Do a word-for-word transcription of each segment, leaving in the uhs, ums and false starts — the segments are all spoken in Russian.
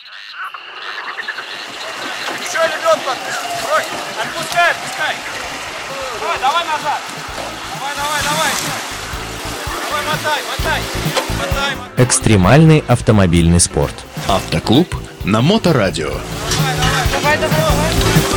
Еще лебедку отпускай. Отпускай, отпускай. Давай, давай назад. Давай, давай, давай. Давай, мотай, мотай. Мотай, мотай. Экстремальный автомобильный спорт. Автоклуб на Моторадио. Давай, давай, давай, давай.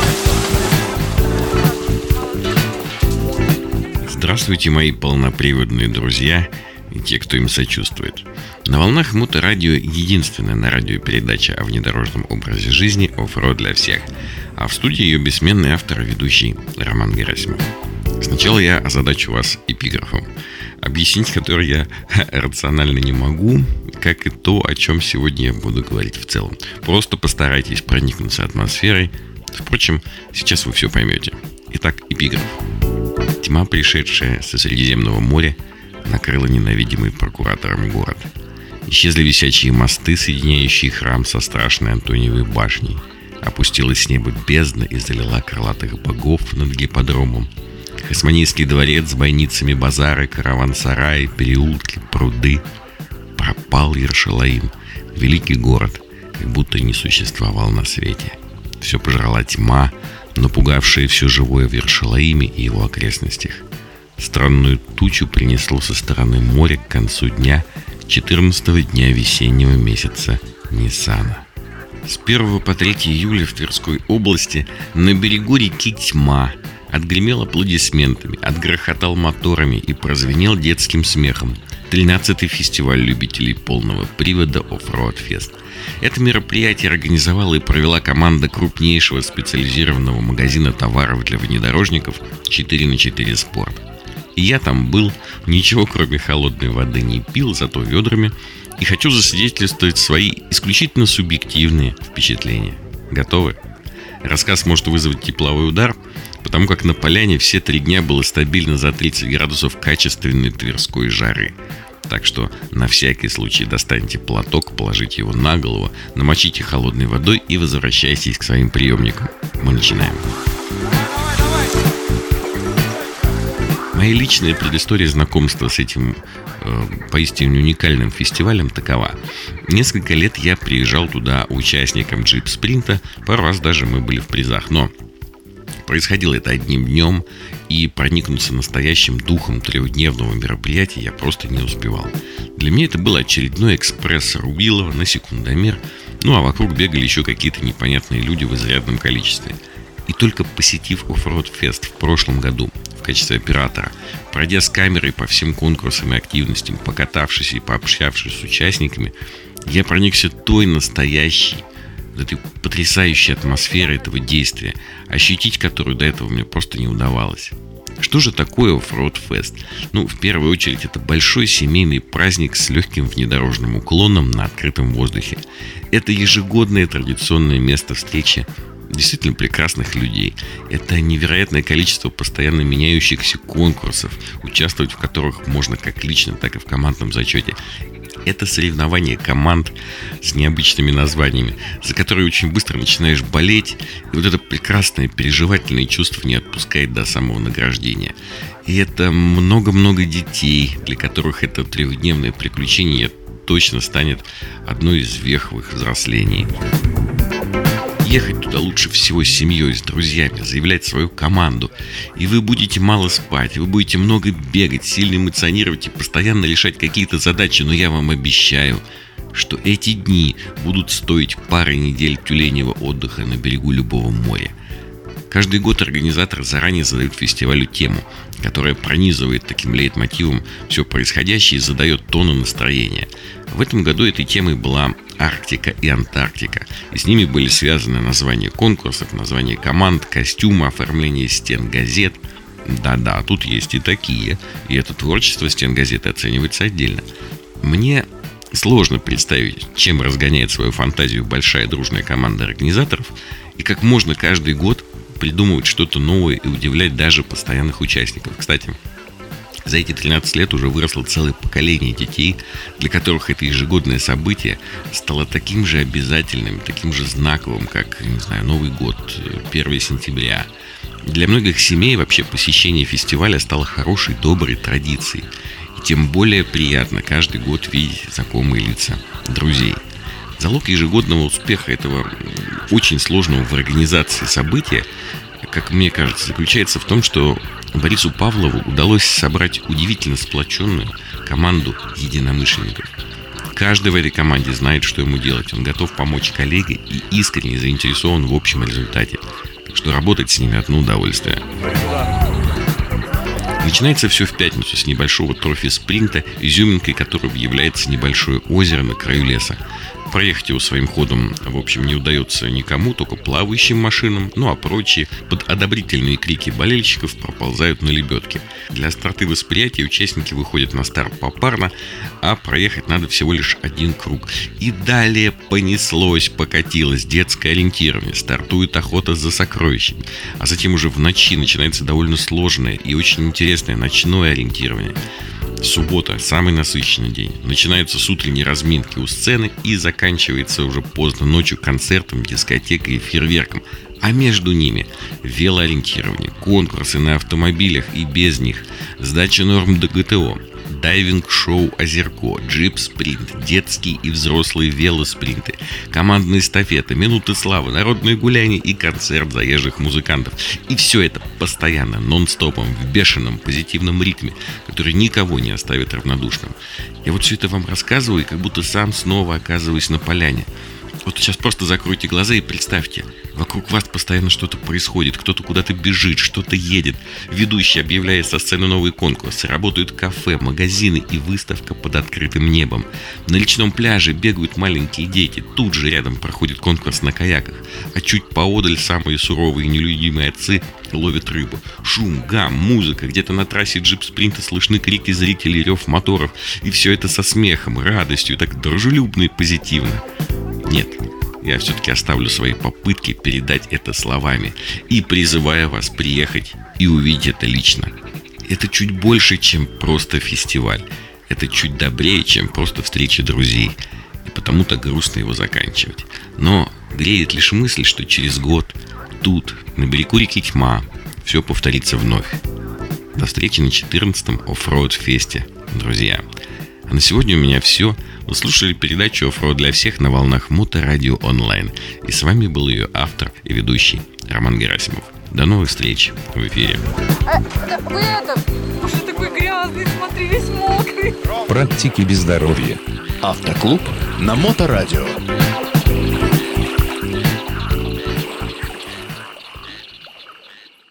Здравствуйте, мои полноприводные друзья и те, кто им сочувствует. На волнах Моторадио единственная на радио передача о внедорожном образе жизни «Оффроуд для всех». А в студии ее бессменный автор и ведущий Роман Герасимов. Сначала я озадачу вас эпиграфом, объяснить который я рационально не могу, как и то, о чем сегодня я буду говорить в целом. Просто постарайтесь проникнуться атмосферой. Впрочем, сейчас вы все поймете. Итак, эпиграф. Тьма, пришедшая со Средиземного моря, накрыла ненавидимый прокуратором город. Исчезли висячие мосты, соединяющие храм со страшной Антониевой башней. Опустилась с неба бездна и залила крылатых богов над гипподромом. Хасманийский дворец с бойницами, базары, караван-сараи, переулки, пруды. Пропал Иерушалаим, великий город, как будто не существовал на свете. Все пожрала тьма, напугавшая все живое в Иерушалаиме и его окрестностях. Странную тучу принесло со стороны моря к концу дня, четырнадцатого дня весеннего месяца Ниссана. С первого по третьего июля в Тверской области на берегу реки Тьма отгремел аплодисментами, отгрохотал моторами и прозвенел детским смехом тринадцатый фестиваль любителей полного привода Offroad Fest. Это мероприятие организовала и провела команда крупнейшего специализированного магазина товаров для внедорожников четыре на четыре Sport. И я там был, ничего кроме холодной воды не пил, зато ведрами, и хочу засвидетельствовать свои исключительно субъективные впечатления. Готовы? Рассказ может вызвать тепловой удар, потому как на поляне все три дня было стабильно за тридцать градусов качественной тверской жары. Так что на всякий случай достаньте платок, положите его на голову, намочите холодной водой и возвращайтесь к своим приемникам. Мы начинаем. Моя личная предыстория знакомства с этим э, поистине уникальным фестивалем такова. Несколько лет я приезжал туда участником джип-спринта, пару раз даже мы были в призах, но происходило это одним днем, и проникнуться настоящим духом трехдневного мероприятия я просто не успевал. Для меня это был очередной экспресс Рубилова на секундомер, ну а вокруг бегали еще какие-то непонятные люди в изрядном количестве. И только посетив Offroad Fest в прошлом году в качестве оператора, пройдя с камерой по всем конкурсам и активностям, покатавшись и пообщавшись с участниками, я проникся той настоящей, этой потрясающей атмосферой этого действия, ощутить которую до этого мне просто не удавалось. Что же такое Offroad Fest? Ну, в первую очередь, это большой семейный праздник с легким внедорожным уклоном на открытом воздухе. Это ежегодное традиционное место встречи действительно прекрасных людей. Это невероятное количество постоянно меняющихся конкурсов, участвовать в которых можно как лично, так и в командном зачете. Это соревнование команд с необычными названиями, за которые очень быстро начинаешь болеть, и вот это прекрасное переживательное чувство не отпускает до самого награждения. И это много-много детей, для которых это трехдневное приключение точно станет одной из вех в их взрослении. Ехать туда лучше всего с семьей, с друзьями, заявлять свою команду. И вы будете мало спать, вы будете много бегать, сильно эмоционировать и постоянно решать какие-то задачи. Но я вам обещаю, что эти дни будут стоить пары недель тюленевого отдыха на берегу любого моря. Каждый год организаторы заранее задают фестивалю тему, которая пронизывает таким лейтмотивом все происходящее и задает тону настроения. В этом году этой темой была Арктика и Антарктика, и с ними были связаны названия конкурсов, названия команд, костюмы, оформление стен газет. Да-да, тут есть и такие, и это творчество стен газеты оценивается отдельно. Мне сложно представить, чем разгоняет свою фантазию большая дружная команда организаторов, и как можно каждый год придумывать что-то новое и удивлять даже постоянных участников. Кстати, за эти тринадцать лет уже выросло целое поколение детей, для которых это ежегодное событие стало таким же обязательным, таким же знаковым, как, не знаю, Новый год, первое сентября. Для многих семей вообще посещение фестиваля стало хорошей, доброй традицией. И тем более приятно каждый год видеть знакомые лица друзей. Залог ежегодного успеха этого очень сложного в организации события, как мне кажется, заключается в том, что Борису Павлову удалось собрать удивительно сплоченную команду единомышленников. Каждый в этой команде знает, что ему делать. Он готов помочь коллеге и искренне заинтересован в общем результате. Так что работать с ними одно удовольствие. Начинается все в пятницу с небольшого трофи-спринта, изюминкой которого является небольшое озеро на краю леса. Проехать его своим ходом, в общем, не удается никому, только плавающим машинам, ну а прочие под одобрительные крики болельщиков проползают на лебедке. Для остроты восприятия участники выходят на старт попарно, а проехать надо всего лишь один круг. И далее понеслось, покатилось детское ориентирование, стартует охота за сокровищами, а затем уже в ночи начинается довольно сложное и очень интересное ночное ориентирование. Суббота – самый насыщенный день. Начинается с утренней разминки у сцены и заканчивается уже поздно ночью концертом, дискотекой и фейерверком. А между ними велоориентирование, конкурсы на автомобилях и без них, сдача норм ДГТО, дайвинг-шоу «Озерко», джип-спринт, детские и взрослые велоспринты, командные эстафеты, минуты славы, народные гуляния и концерт заезжих музыкантов. И все это постоянно, нон-стопом, в бешеном, позитивном ритме, который никого не оставит равнодушным. Я вот все это вам рассказываю, и как будто сам снова оказываюсь на поляне. Вот сейчас просто закройте глаза и представьте, вокруг вас постоянно что-то происходит, кто-то куда-то бежит, что-то едет. Ведущий объявляет со сцены новые конкурсы, работают кафе, магазины и выставка под открытым небом. На речном пляже бегают маленькие дети, тут же рядом проходит конкурс на каяках, а чуть поодаль самые суровые и нелюдимые отцы ловят рыбу. Шум, гам, музыка, где-то на трассе джип-спринта слышны крики зрителей, рев моторов, и все это со смехом, радостью, так дружелюбно и позитивно. Нет, я все-таки оставлю свои попытки передать это словами и призываю вас приехать и увидеть это лично. Это чуть больше, чем просто фестиваль. Это чуть добрее, чем просто встреча друзей. И потому так грустно его заканчивать. Но греет лишь мысль, что через год тут, на берегу реки Тьма, все повторится вновь. До встречи на четырнадцатом оффроуд-фесте, друзья. А на сегодня у меня все. Вы слушали передачу «Оффроуд для всех» на волнах Моторадио онлайн. И с вами был ее автор и ведущий Роман Герасимов. До новых встреч в эфире. А, да, вы это, уже такой грязный, смотри, весь мокрый. Практики без здоровья. Автоклуб на Моторадио.